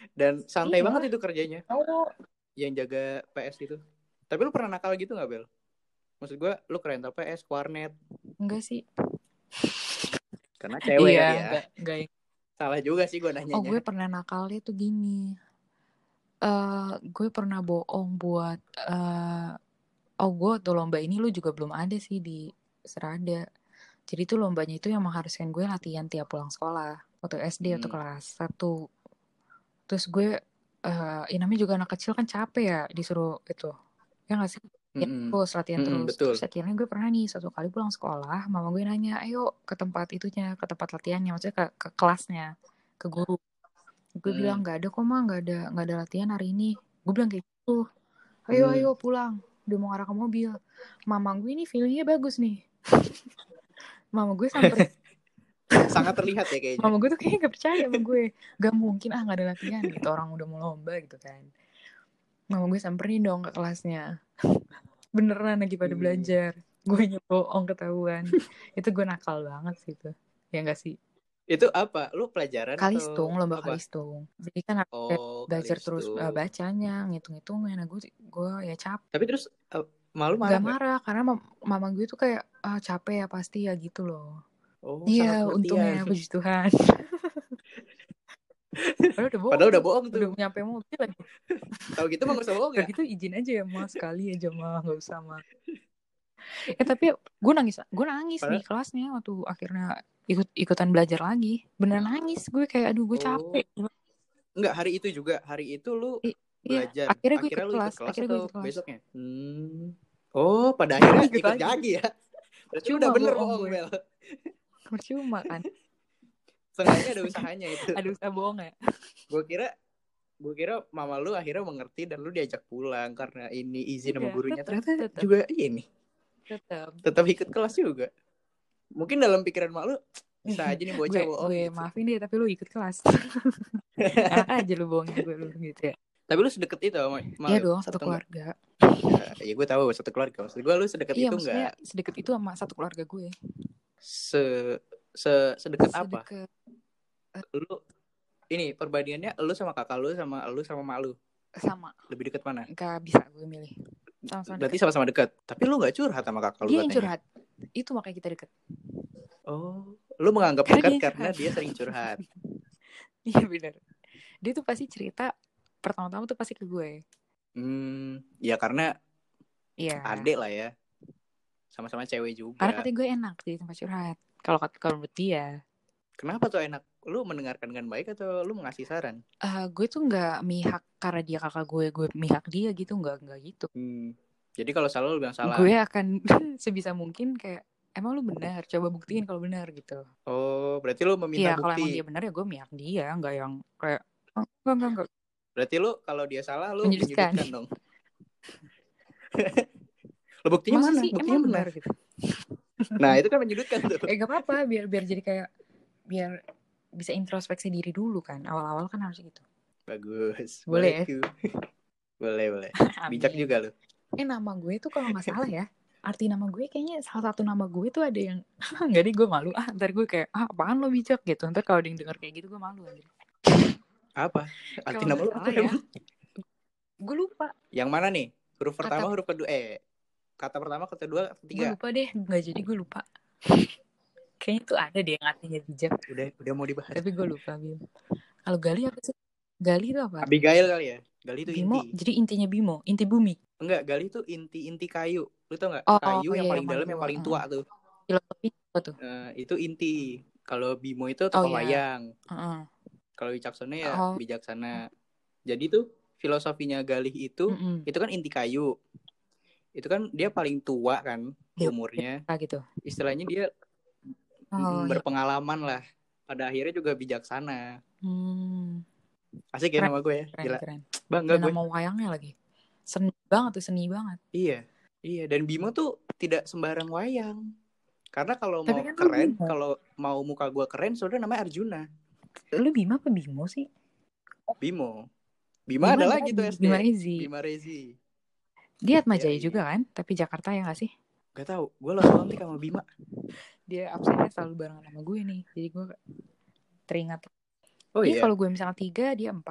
Dan santai Iya. banget itu kerjanya. Oh. Yang jaga PS itu. Tapi lu pernah nakal gitu gak, Bel? Maksud gue, lu ke rental PS, ke warnet. Enggak sih. Karena cewek iya, kali ya. enggak. Salah juga sih gue nanyanya. Oh, gue pernah nakalnya tuh gini. Gue pernah bohong buat gue tuh lomba ini lu juga belum ada sih di Serada. Jadi tuh lombanya itu yang mengharuskan gue latihan tiap pulang sekolah waktu SD atau kelas 1. Terus gue namanya juga anak kecil kan capek ya disuruh itu. Ya nggak sih? Ya terus latihan terus. Betul. Terus akhirnya gue pernah nih suatu kali pulang sekolah, mama gue nanya, ayo ke tempat itunya, ke tempat latihannya, maksudnya ke kelasnya, ke guru. Gue bilang nggak ada kok, nggak ada latihan hari ini. Gue bilang kayak gitu. Ayo pulang, udah mau arah ke mobil. Mama gue ini feelingnya bagus nih. Mama gue sampai sangat terlihat ya kayaknya. Mama gue tuh kayaknya gak percaya sama gue. Gak mungkin gak ada latihan gitu, orang udah mau lomba gitu kan. Mama gue samperin dong ke kelasnya. Beneran lagi pada belajar. Gue bohong ketahuan. Itu gue nakal banget sih itu. Ya gak sih? Itu apa? Lu pelajaran Kalistung, atau lomba apa? Kalistung. Jadi kan belajar terus bacanya, ngitung-ngitungnya. Nah gue ya capek. Tapi terus malu marah gak marah karena mama gue tuh kayak capek ya pasti ya gitu loh. Iya, untungnya puji Tuhan. Padahal udah bohong tuh. Udah nyampe mobil lagi. Tahu gitu mah gak usah bohong ya? Gitu izin aja ya mas, sekali aja mah, gak usah mah. Tapi gue nangis di kelasnya waktu akhirnya ikutan belajar lagi. Beneran nangis gue kayak aduh gue capek. Enggak, hari itu juga. Hari itu lu belajar. Akhirnya gue ikut kelas atau besoknya? Oh, pada akhirnya ikut lagi ya. Berarti udah bener bohong, Bel. Percuma kan. Seenggaknya ada usahanya itu. Ada usaha bohong ya. Gue kira mama lu akhirnya mengerti dan lu diajak pulang karena ini izin sama gurunya. Ternyata juga ini. Tetap ikut kelas juga. Mungkin dalam pikiran mak lu bisa aja nih bocah bohong. Gue gitu. Maafin deh, tapi lu ikut kelas. Enak aja lu bohongin gue lu gitu ya. Tapi lu sedekat itu sama Iya dong, satu keluarga. Ya gue tahu satu keluarga. Maksud gue lu sedekat itu enggak? Iya, sedekat itu sama satu keluarga gue. Sedekat apa? Lu ini perbandingannya lu sama kakak lu sama mak lu? Sama. Lebih dekat mana? Gak bisa gue milih. Sama-sama berarti sama-sama dekat. Tapi lu gak curhat sama kakak lu? Dia yang curhat. Itu makanya kita dekat. Oh, lu menganggap dekat karena dia sering curhat. Iya benar. Dia tuh pasti cerita pertama-tama tuh pasti ke gue. Ya karena adek lah ya. Sama-sama cewek juga. Karena katanya gue enak jadi tempat curhat. Kalau menurut dia. Kenapa tuh enak? Lu mendengarkan dengan baik atau lu mengasih saran? Gue tuh nggak mihak karena dia kakak gue mihak dia gitu, nggak gitu. Jadi kalau salah lu bilang salah. Gue akan sebisa mungkin kayak emang lu benar, coba buktiin kalau benar gitu. Oh, berarti lu meminta bukti. Iya, kalau emang dia benar ya gue mihak dia, nggak yang kayak enggak. Berarti lu kalau dia salah lu menyudutkan dong. Lo buktinya masa mana? Sih, buktinya emang benar gitu. Nah, itu kan menyudutkan tuh. Gak apa-apa, biar jadi kayak biar bisa introspeksi diri dulu kan. Awal-awal kan harus gitu. Bagus. Boleh ya? Boleh. Bijak juga lu. Nama gue tuh kalau gak salah ya, arti nama gue kayaknya salah satu nama gue tuh ada yang nggak deh gue malu. Ntar gue kayak apaan lo bijak gitu. Ntar kalau ada yang denger kayak gitu gue malu aja. Apa? Arti nama lu apa ya? Gue lupa. Yang mana nih? Huruf pertama, huruf kedua. Kata pertama, kata kedua, ketiga. Gue lupa deh. Nggak jadi gue lupa. Kayaknya tuh ada deh yang artinya bijak. Udah mau dibahas. Tapi gue lupa, Bim. Kalau Gali apa sih? Gali itu apa? Abigail kali ya? Gali itu Bimo, inti. jadi intinya Bimo, inti bumi. Enggak, Gali itu inti kayu. Lu tau gak? Kayu yang paling dalam, yang paling tua tuh. Filosofi apa tuh? Itu inti. Kalau Bimo itu tukang wayang. Kalau Wicaksono ya bijaksana. Jadi tuh filosofinya Galih itu kan inti kayu. Itu kan dia paling tua kan umurnya. Gitu. Istilahnya dia berpengalaman lah. Pada akhirnya juga bijaksana. Asik ya nama gue ya. Keren. Bangga gue. Nama wayangnya lagi. Seni banget. Iya. Dan Bimo tuh tidak sembarang wayang. Karena kalau mau kan keren, kalau mau muka gue keren, saudara namanya Arjuna. Lu Bima apa Bimo sih? Bimo ada lagi tuh SD. Bima Rezi. Dia Atma Jaya juga kan? Tapi Jakarta ya gak sih? Gak tahu. Gue langsung nanti sama Bima. Dia absennya selalu barengan sama gue nih. Jadi gue teringat. Oh iya? Kalau gue misalnya 3, dia 4.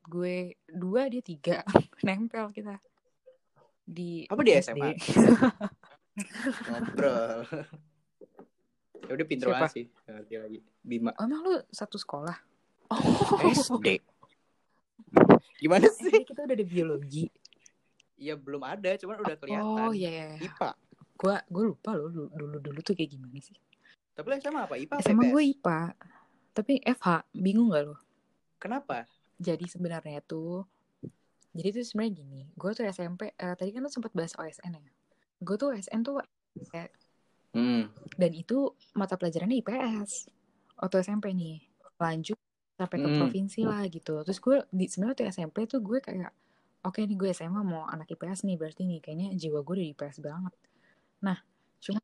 gue 2, dia 3. Nempel kita di apa di SD. SMA? Ngobrol. Ya udah pinter banget sih, ngerti lagi. Bima. Oh, emang lu satu sekolah? SD. Gimana sih? SD kita udah ada biologi. Iya belum ada, cuman udah kelihatan. Oh iya. IPA. Gue lupa loh dulu tuh kayak gimana sih. Tapi lu SMA apa? IPA apa SMA IPS? gue IPA. Tapi FH, bingung gak lo? Kenapa? Jadi sebenarnya tuh, jadi tuh sebenarnya gini, gue tuh SMP, tadi kan lu sempat bahas OSN ya. Gue tuh OSN tuh dan itu mata pelajarannya IPS. Waktu SMP nih, lanjut sampai ke provinsi lah gitu. Terus gue sebenarnya tuh SMP tuh gue kayak, oke nih gue SMA mau anak IPS nih, berarti nih kayaknya jiwa gue udah di IPS banget. Nah, cuman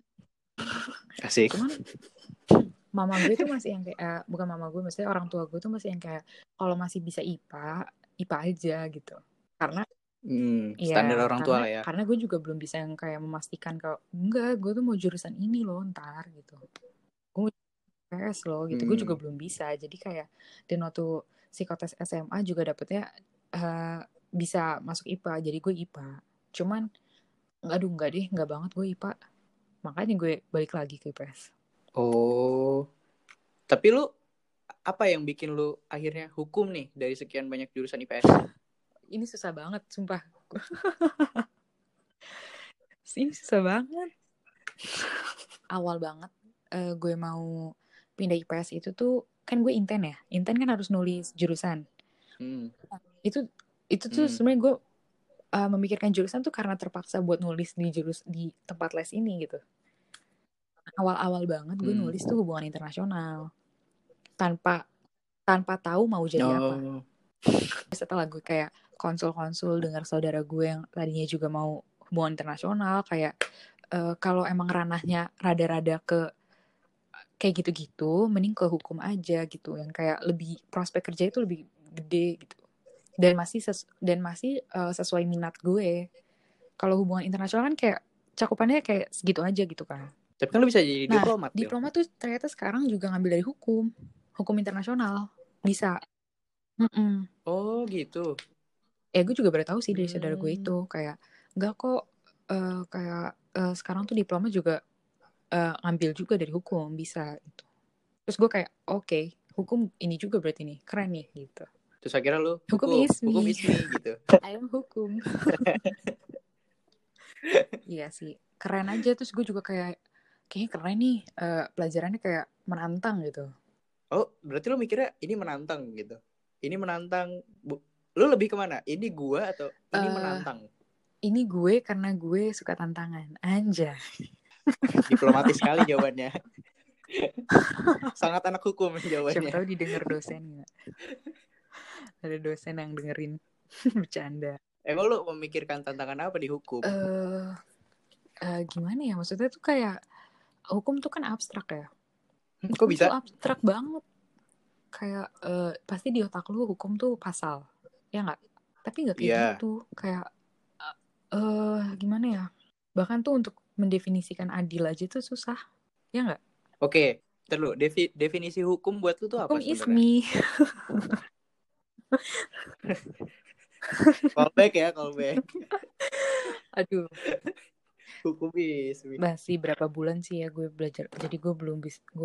mama gue tuh masih yang kayak, bukan mama gue, maksudnya orang tua gue tuh masih yang kayak, kalau masih bisa IPA aja gitu. Karena standar orang tua lah ya. Karena gue juga belum bisa yang kayak memastikan kalau enggak, gue tuh mau jurusan ini loh ntar gitu. Gue mau IPS loh gitu. Gue juga belum bisa. Jadi kayak dan waktu psikotes SMA juga dapetnya bisa masuk IPA. Jadi gue IPA. Cuman enggak deh, enggak banget gue IPA. Makanya gue balik lagi ke IPS. Oh. Tapi lu apa yang bikin lu akhirnya hukum nih dari sekian banyak jurusan IPS? Ini susah banget, sumpah. Ini susah banget. Awal banget gue mau pindah IPS itu tuh kan gue inten ya. Inten kan harus nulis jurusan. Itu tuh sebenarnya gue memikirkan jurusan tuh karena terpaksa buat nulis di tempat les ini gitu. Awal-awal banget gue nulis tuh hubungan internasional. Tanpa tahu mau jadi apa. Setelah gue kayak konsul dengar saudara gue yang tadinya juga mau hubungan internasional, kayak kalau emang ranahnya rada-rada ke kayak gitu-gitu, mending ke hukum aja gitu, yang kayak lebih prospek kerja itu lebih gede gitu, dan masih sesuai minat gue. Kalau hubungan internasional kan kayak cakupannya kayak segitu aja gitu kan. Tapi kan lu bisa jadi diplomat. Diplomat tuh ternyata sekarang juga ngambil dari hukum internasional bisa. Oh gitu. Gue juga baru tahu sih dari saudara gue itu kayak enggak kok kayak sekarang tuh diploma juga ngambil juga dari hukum bisa gitu. Terus gue kayak oke, hukum ini juga berarti nih keren nih gitu. Terus akhirnya lu hukum ismi gitu. ayam hukum. Iya sih keren aja. Terus gue juga kayaknya keren nih, pelajarannya kayak menantang gitu. Oh berarti lu mikirnya ini menantang gitu. Ini menantang lu lebih kemana? Ini gue atau ini menantang? Ini gue karena gue suka tantangan. Anjay. Diplomatis sekali jawabannya. Sangat anak hukum jawabannya. Siapa tahu didengar dosen nggak? Ada dosen yang dengerin bercanda. Emang lu memikirkan tantangan apa di hukum? Gimana ya, maksudnya tuh kayak hukum tuh kan abstrak ya. Kok bisa? Tuh abstrak banget. Kayak pasti di otak lu hukum tuh pasal, ya nggak? Tapi nggak kayak gitu. Kayak gimana ya? Bahkan tuh untuk mendefinisikan adil aja tuh susah, ya nggak? Oke, terus definisi hukum buat lu tuh apa sebenarnya? Hukum ismi. Callback. Aduh. Hukum ismi. Masih berapa bulan sih ya gue belajar. Jadi gue belum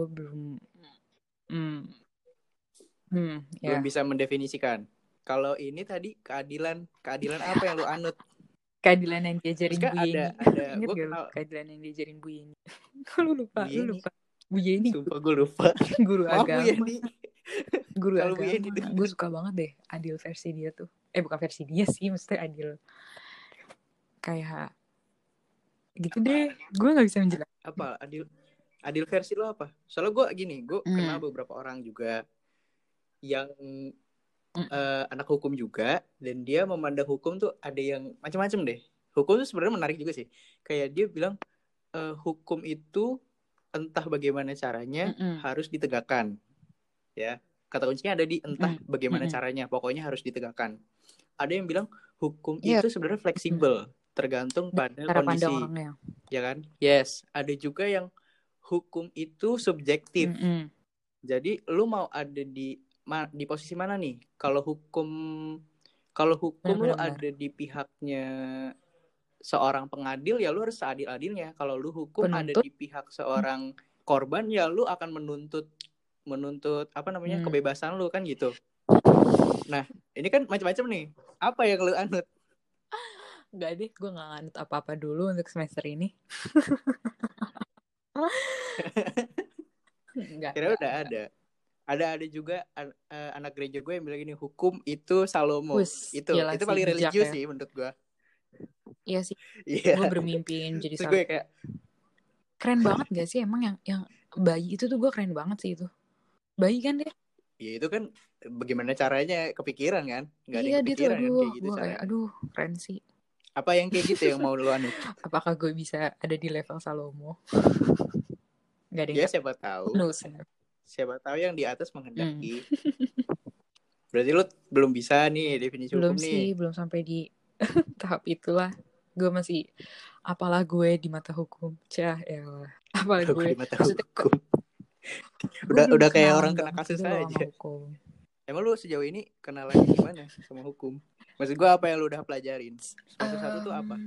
belum bisa mendefinisikan. Kalau ini tadi keadilan apa yang lu anut? Keadilan yang diajarin Bu Yeni. Ada Ingat gak keadilan yang diajarin Bu Yeni? Lu lupa. Bu Yeni. Sumpah gue lupa. Guru agama. Bu Yeni. Guru agama. Bu Yeni gue suka banget deh adil versi dia tuh. Bukan versi dia sih, maksudnya adil. Kayak gitu deh. Gue gak bisa menjelaskan. Apa adil versi lo apa? Soalnya gue kenal beberapa orang juga yang anak hukum juga, dan dia memandang hukum tuh ada yang macam-macam deh. Hukum tuh sebenarnya menarik juga sih. Kayak dia bilang hukum itu entah bagaimana caranya harus ditegakkan. Ya, kata kuncinya ada di entah bagaimana caranya, pokoknya harus ditegakkan. Ada yang bilang hukum itu sebenarnya fleksibel, tergantung pada kondisi. Ya kan? Yes, ada juga yang hukum itu subjektif. Jadi lu mau ada di di posisi mana nih? Kalau hukum lu ada di pihaknya seorang pengadil, ya lu harus seadil-adilnya. Kalau lu hukum ada di pihak seorang korban, ya lu akan menuntut kebebasan lu kan gitu. Nah, ini kan macam-macam nih. Apa yang lu anut? Enggak deh, gue gak nganut apa-apa dulu untuk semester ini. Kira udah ada. Ada juga anak gereja gue yang bilang gini, hukum itu Salomo. Itu paling religius sih menurut gue. Iya sih. Gue bermimpi jadi Salomo. Gue kayak keren banget gak sih emang yang bayi itu tuh gue keren banget sih itu. Bayi kan deh. Ya itu kan bagaimana caranya kepikiran kan? Gak ada yang dia kepikiran tuh, kan kayak gitu caranya. Aduh, keren sih. Apa yang kayak gitu yang mau lu anut? Apakah gue bisa ada di level Salomo? Gak ada yang siapa tahu. Siapa tahu yang di atas menghendaki. Berarti lu belum bisa nih definisi belum hukum nih. Belum sih, belum sampai di tahap itulah. Gue masih apalah gue di mata hukum. Elah. Apalah gue di mata hukum. udah kayak orang kena kasus aja. Emang lu sejauh ini kenalannya gimana sama hukum? Maksud gue apa yang lu udah pelajarin? Semester 1 tuh apa?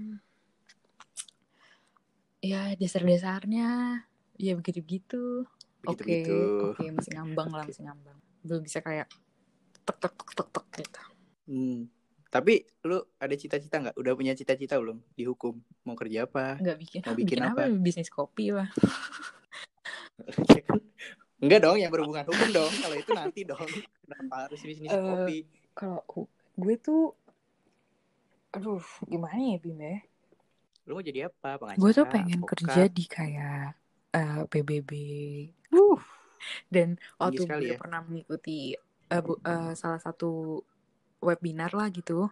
Ya dasar-dasarnya. Ya begitu-begitu. Oke, masih ngambang lah, masih ngambang. Belum bisa kayak tek gitu. Tapi lu ada cita-cita nggak? Udah punya cita-cita belum di hukum? Mau kerja apa? Mau bikin apa? Bisnis kopi lah. Enggak dong, yang berhubungan hukum dong. Kalau itu nanti dong. Kenapa harus bisnis kopi? Kalau gue tuh, aduh, gimana ya Bim ya? Lu mau jadi apa? Pengacara? Gue tuh pengen kerja di kayak PBB. Dan waktu gue pernah mengikuti salah satu webinar lah gitu,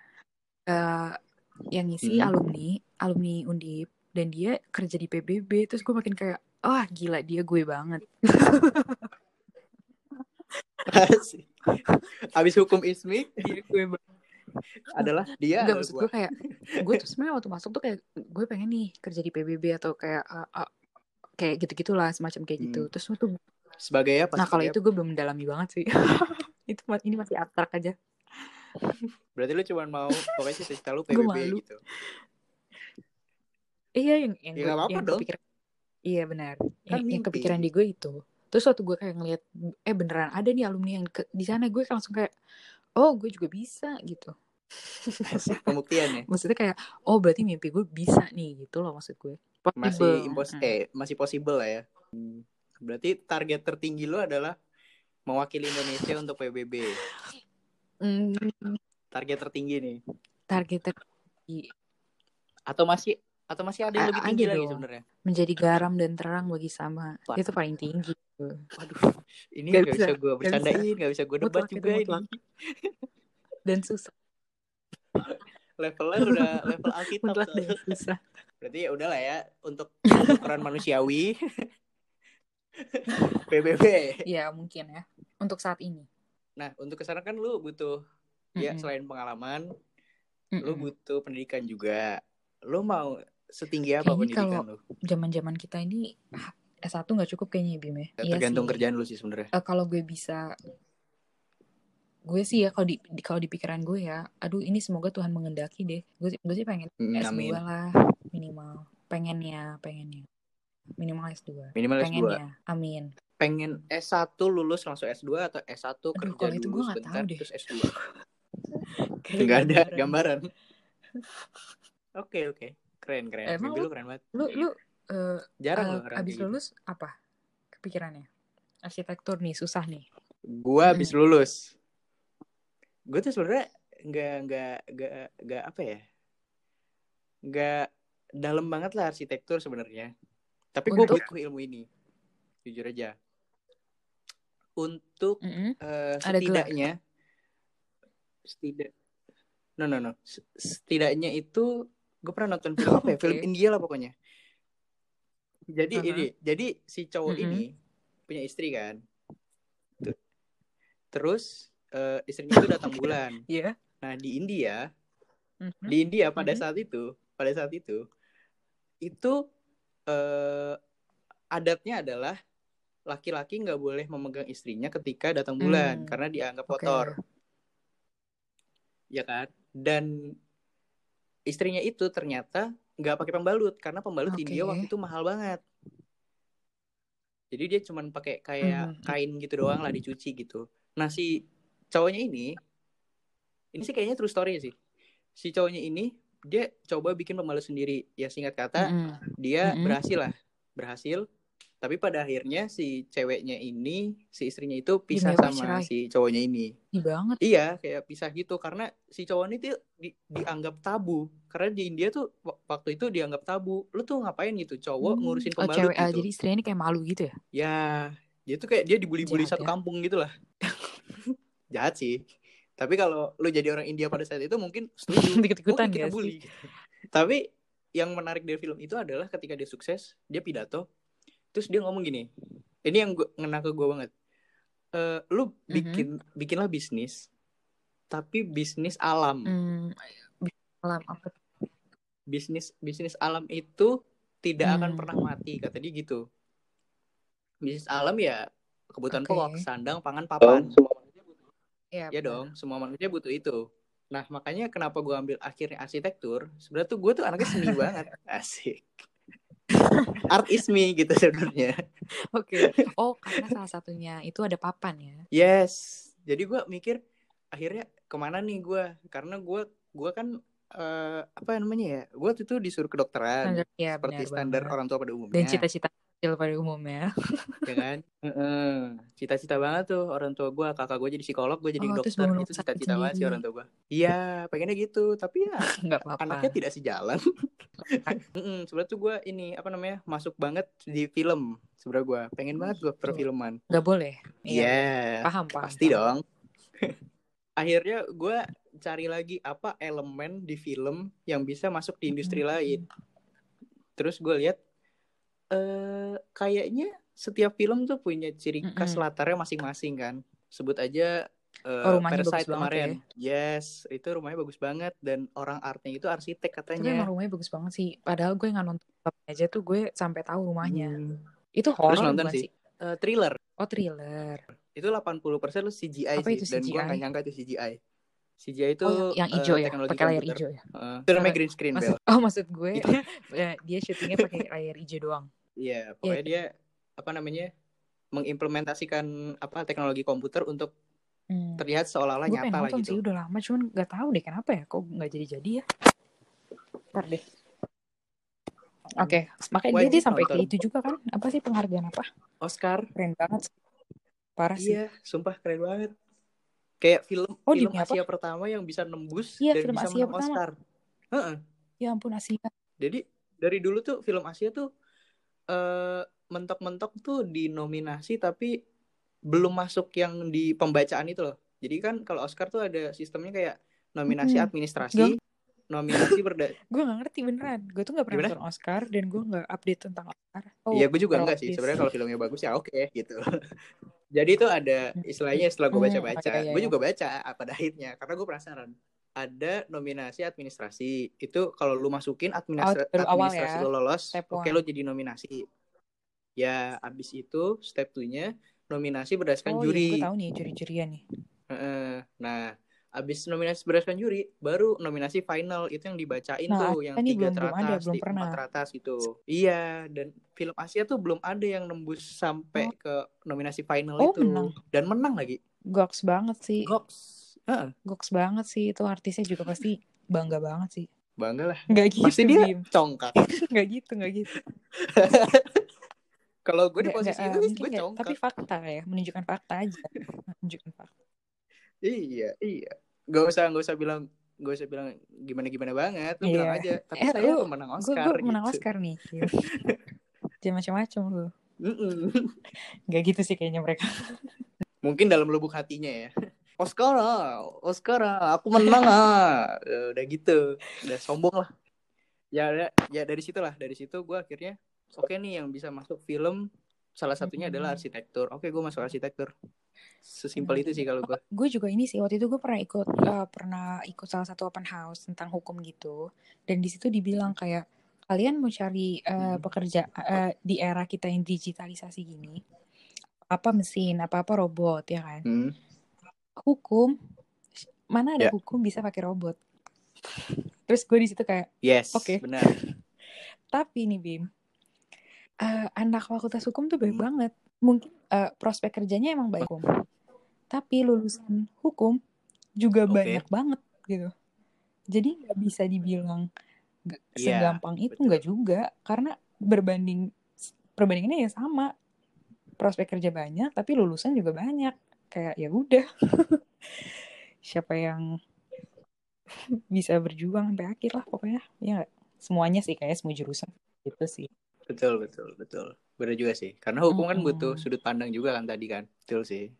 yang ngisi alumni Undip, dan dia kerja di PBB. Terus gue makin kayak, gila, dia gue banget. Abis hukum ISMI, dia gue banget. Adalah dia. Enggak, maksud gue kayak, gue tuh sebenarnya waktu masuk tuh kayak gue pengen nih kerja di PBB atau kayak gitu-gitulah, semacam kayak gitu. Terus tuh sebagai apa? Nah, kalau itu gue belum mendalami banget sih. Ini masih abstrak aja. Berarti lu cuma mau pokoknya cita-cita lu PBB gitu. Iya, yang ya, yang kepikiran. Iya benar. Kan yang kepikiran di gue itu. Terus waktu gue kayak ngeliat, beneran ada nih alumni yang di sana, gue langsung kayak, oh gue juga bisa gitu. Asik, pembuktian ya. Maksudnya kayak, oh berarti mimpi gue bisa nih gitu loh maksud gue. Masih possible lah ya. Berarti target tertinggi lo adalah mewakili Indonesia untuk PBB. Target tertinggi nih. Target tertinggi. Atau masih ada yang lebih tinggi lagi sebenarnya? Menjadi garam dan terang bagi sama. Itu paling tinggi. Waduh, ini gak bisa gue bercandain, gak bisa gue debat juga ini. Dan susah. Levelnya udah level Alkitab. Susah. Berarti ya udahlah ya, untuk ukuran manusiawi. PBB. Ya mungkin ya, untuk saat ini. Nah, untuk kesana kan lu butuh, ya selain pengalaman, lu butuh pendidikan juga. Lu mau setinggi apa pendidikan lu? Zaman-zaman kita ini S1 nggak cukup kayaknya Bim ya. Tergantung kerjaan lu sih sebenarnya. Kalau gue bisa, gue sih ya kalau di pikiran gue ya, aduh ini semoga Tuhan mengendaki deh. Gue sih pengen S2 lah minimal. Pengennya minimal S2. Pengennya, amin. Pengen S1 lulus langsung S2 atau S1 kerja dulu sebentar terus S2? Nggak ada gambaran. Oke. Keren. Mimpi lu keren banget. Lu jarang loh abis lulus gitu. Apa kepikirannya? Arsitektur nih, susah nih. Gua abis lulus. Gue tuh sebenarnya nggak apa ya? Nggak dalam banget lah arsitektur sebenarnya. Tapi gue butuh ilmu ini. Jujur aja. Untuk setidaknya setidaknya itu gue pernah nonton film apa ya? Film India lah pokoknya. Jadi si cowok ini punya istri kan. Terus istrinya itu datang bulan. Nah di India pada saat itu adatnya adalah laki-laki nggak boleh memegang istrinya ketika datang bulan karena dianggap kotor. Ya kan? Dan istrinya itu ternyata nggak pakai pembalut karena pembalut India waktu itu mahal banget. Jadi dia cuma pakai kayak kain gitu doang lah dicuci gitu. Nah si cowoknya ini sih kayaknya true story sih. Si cowoknya ini dia coba bikin pembalut sendiri. Ya singkat kata dia berhasil. Tapi pada akhirnya si ceweknya ini, si istrinya itu pisah sama si cowoknya ini. Iya, kayak pisah gitu karena si cowok ini tuh dianggap tabu. Karena di India tuh waktu itu dianggap tabu. Lu tuh ngapain gitu cowok ngurusin pembalut gitu. Jadi istrinya ini kayak malu gitu ya? Ya, dia tuh kayak dia dibully-bully satu kampung gitu lah. Jahat sih. Tapi kalau lu jadi orang India pada saat itu mungkin setuju. Ikut-ikutan kita bully. Gitu. Tapi yang menarik dari film itu adalah ketika dia sukses, dia pidato. Terus dia ngomong gini, ini yang ngena ke gue banget. Lu bikinlah bisnis, tapi bisnis alam. Alam apa? Bisnis alam itu tidak akan pernah mati, kata dia gitu. Bisnis alam ya kebutuhan pokok, sandang, pangan, papan. Semua manusia butuh. Ya dong, semua manusia butuh itu. Nah makanya kenapa gue ambil akhirnya arsitektur, sebenarnya tuh gue tuh anaknya seni banget, asik. Art is me gitu sebenarnya. Oh karena salah satunya itu ada papan ya. Yes. Jadi gue mikir akhirnya kemana nih gue? Karena gue kan apa namanya ya? Gue tuh disuruh kedokteran seperti standar orang tua pada umumnya. Dan cita-cita pada umumnya. Ya kan? Cita-cita banget tuh orang tua gue, kakak gue jadi psikolog, gue jadi dokter. Itu cita-cita banget sih orang tua gue. Iya, pengennya gitu. Tapi ya anaknya tidak sejalan. Sebenarnya tuh gue ini apa namanya masuk banget di film. Sebenarnya gue pengen banget gue perfilman. Gak boleh. Iya. Paham. Pasti dong. Akhirnya gue cari lagi apa elemen di film yang bisa masuk di industri lain. Terus gue lihat kayaknya setiap film tuh punya ciri khas latarnya masing-masing kan. Sebut aja Parasite kemarin. Yes, itu rumahnya bagus banget dan orang artnya itu arsitek katanya. Tapi emang rumahnya bagus banget sih. Padahal gue nggak nonton aja tuh gue sampai tahu rumahnya. Itu horor bukan sih? Thriller. Oh thriller. Itu 80% CGI apa sih itu dan CGI? gue nggak nyangka itu CGI. CGI itu yang hijau ya, pakai layar hijau ya. Itu namanya green screen. Maksud gue dia syutingnya pakai layar hijau doang. Iya, pokoknya dia apa namanya mengimplementasikan apa teknologi komputer untuk terlihat seolah-olah nyata lah gitu. Gue pengen nonton sih udah lama, cuman nggak tahu deh kenapa ya, kok nggak jadi ya. Ntar deh. Oke, makanya dia sampai ke itu juga kan? Apa sih penghargaan apa? Oscar. Keren banget. Parah sih. Iya, sumpah keren banget. Kayak film Asia pertama yang bisa nembus dan film bisa Asia menang Oscar. Ya ampun Asia. Jadi dari dulu tuh film Asia tuh mentok-mentok tuh di nominasi tapi belum masuk yang di pembacaan itu loh. Jadi kan kalau Oscar tuh ada sistemnya kayak nominasi administrasi, nominasi gue nggak ngerti beneran. Gue tuh nggak pernah nonton Oscar dan gue nggak update tentang Oscar. Iya, gue juga enggak sih. Sebenarnya kalau filmnya bagus ya oke gitu. Jadi itu ada istilahnya setelah gue baca-baca, gue juga baca pada akhirnya karena gue penasaran. Ada nominasi administrasi itu kalau lu masukin administrasi lu lolos, oke lu jadi nominasi. Ya abis itu step 2-nya nominasi berdasarkan juri. Gue tahu nih juri-jurian nih. Nah abis nominasi berdasarkan juri, baru nominasi final itu yang dibacain tuh yang 3 teratas, 4 teratas gitu. Iya, dan film Asia tuh belum ada yang nembus sampai ke nominasi final itu. Dan menang lagi. Goks banget sih. Goks banget sih, itu artisnya juga pasti bangga banget sih. Bangga lah. Nggak gitu. Pasti dia congkak. Nggak gitu. Kalau gue di posisi itu gue congkak. Tapi fakta ya, menunjukkan fakta aja. Menunjukkan fakta. Iya. Gak usah bilang gimana banget. Lu bilang aja. Tapi saya pemenang Oscar. Gue menang Oscar nih. Jangan macam-macam lu. Gak gitu sih kayaknya mereka. Mungkin dalam lubuk hatinya ya. Oscar, aku menang udah gitu, udah sombong lah. Ya dari situ gue akhirnya oke nih yang bisa masuk film salah satunya adalah arsitektur. Oke, gue masuk arsitektur. Sesimpel itu sih kalau gue. Gue juga ini sih waktu itu gue pernah ikut salah satu open house tentang hukum gitu, dan di situ dibilang kayak kalian mau cari pekerja di era kita yang digitalisasi gini, apa mesin, apa robot ya kan. Hukum, mana ada hukum bisa pakai robot. Terus gue di situ kayak, oke. Benar. Tapi nih Bim, anak fakultas hukum tuh baik banget. Mungkin prospek kerjanya emang baik, tapi lulusan hukum juga banyak banget gitu. Jadi nggak bisa dibilang segampang itu, nggak juga, karena perbandingannya ya sama, prospek kerja banyak tapi lulusan juga banyak. Kayak ya udah siapa yang bisa berjuang sampai akhir lah pokoknya, ya gak? Semuanya sih kayak semua jurusan gitu sih. Betul. Bener juga sih, karena hukum kan butuh sudut pandang juga kan tadi kan. Betul sih.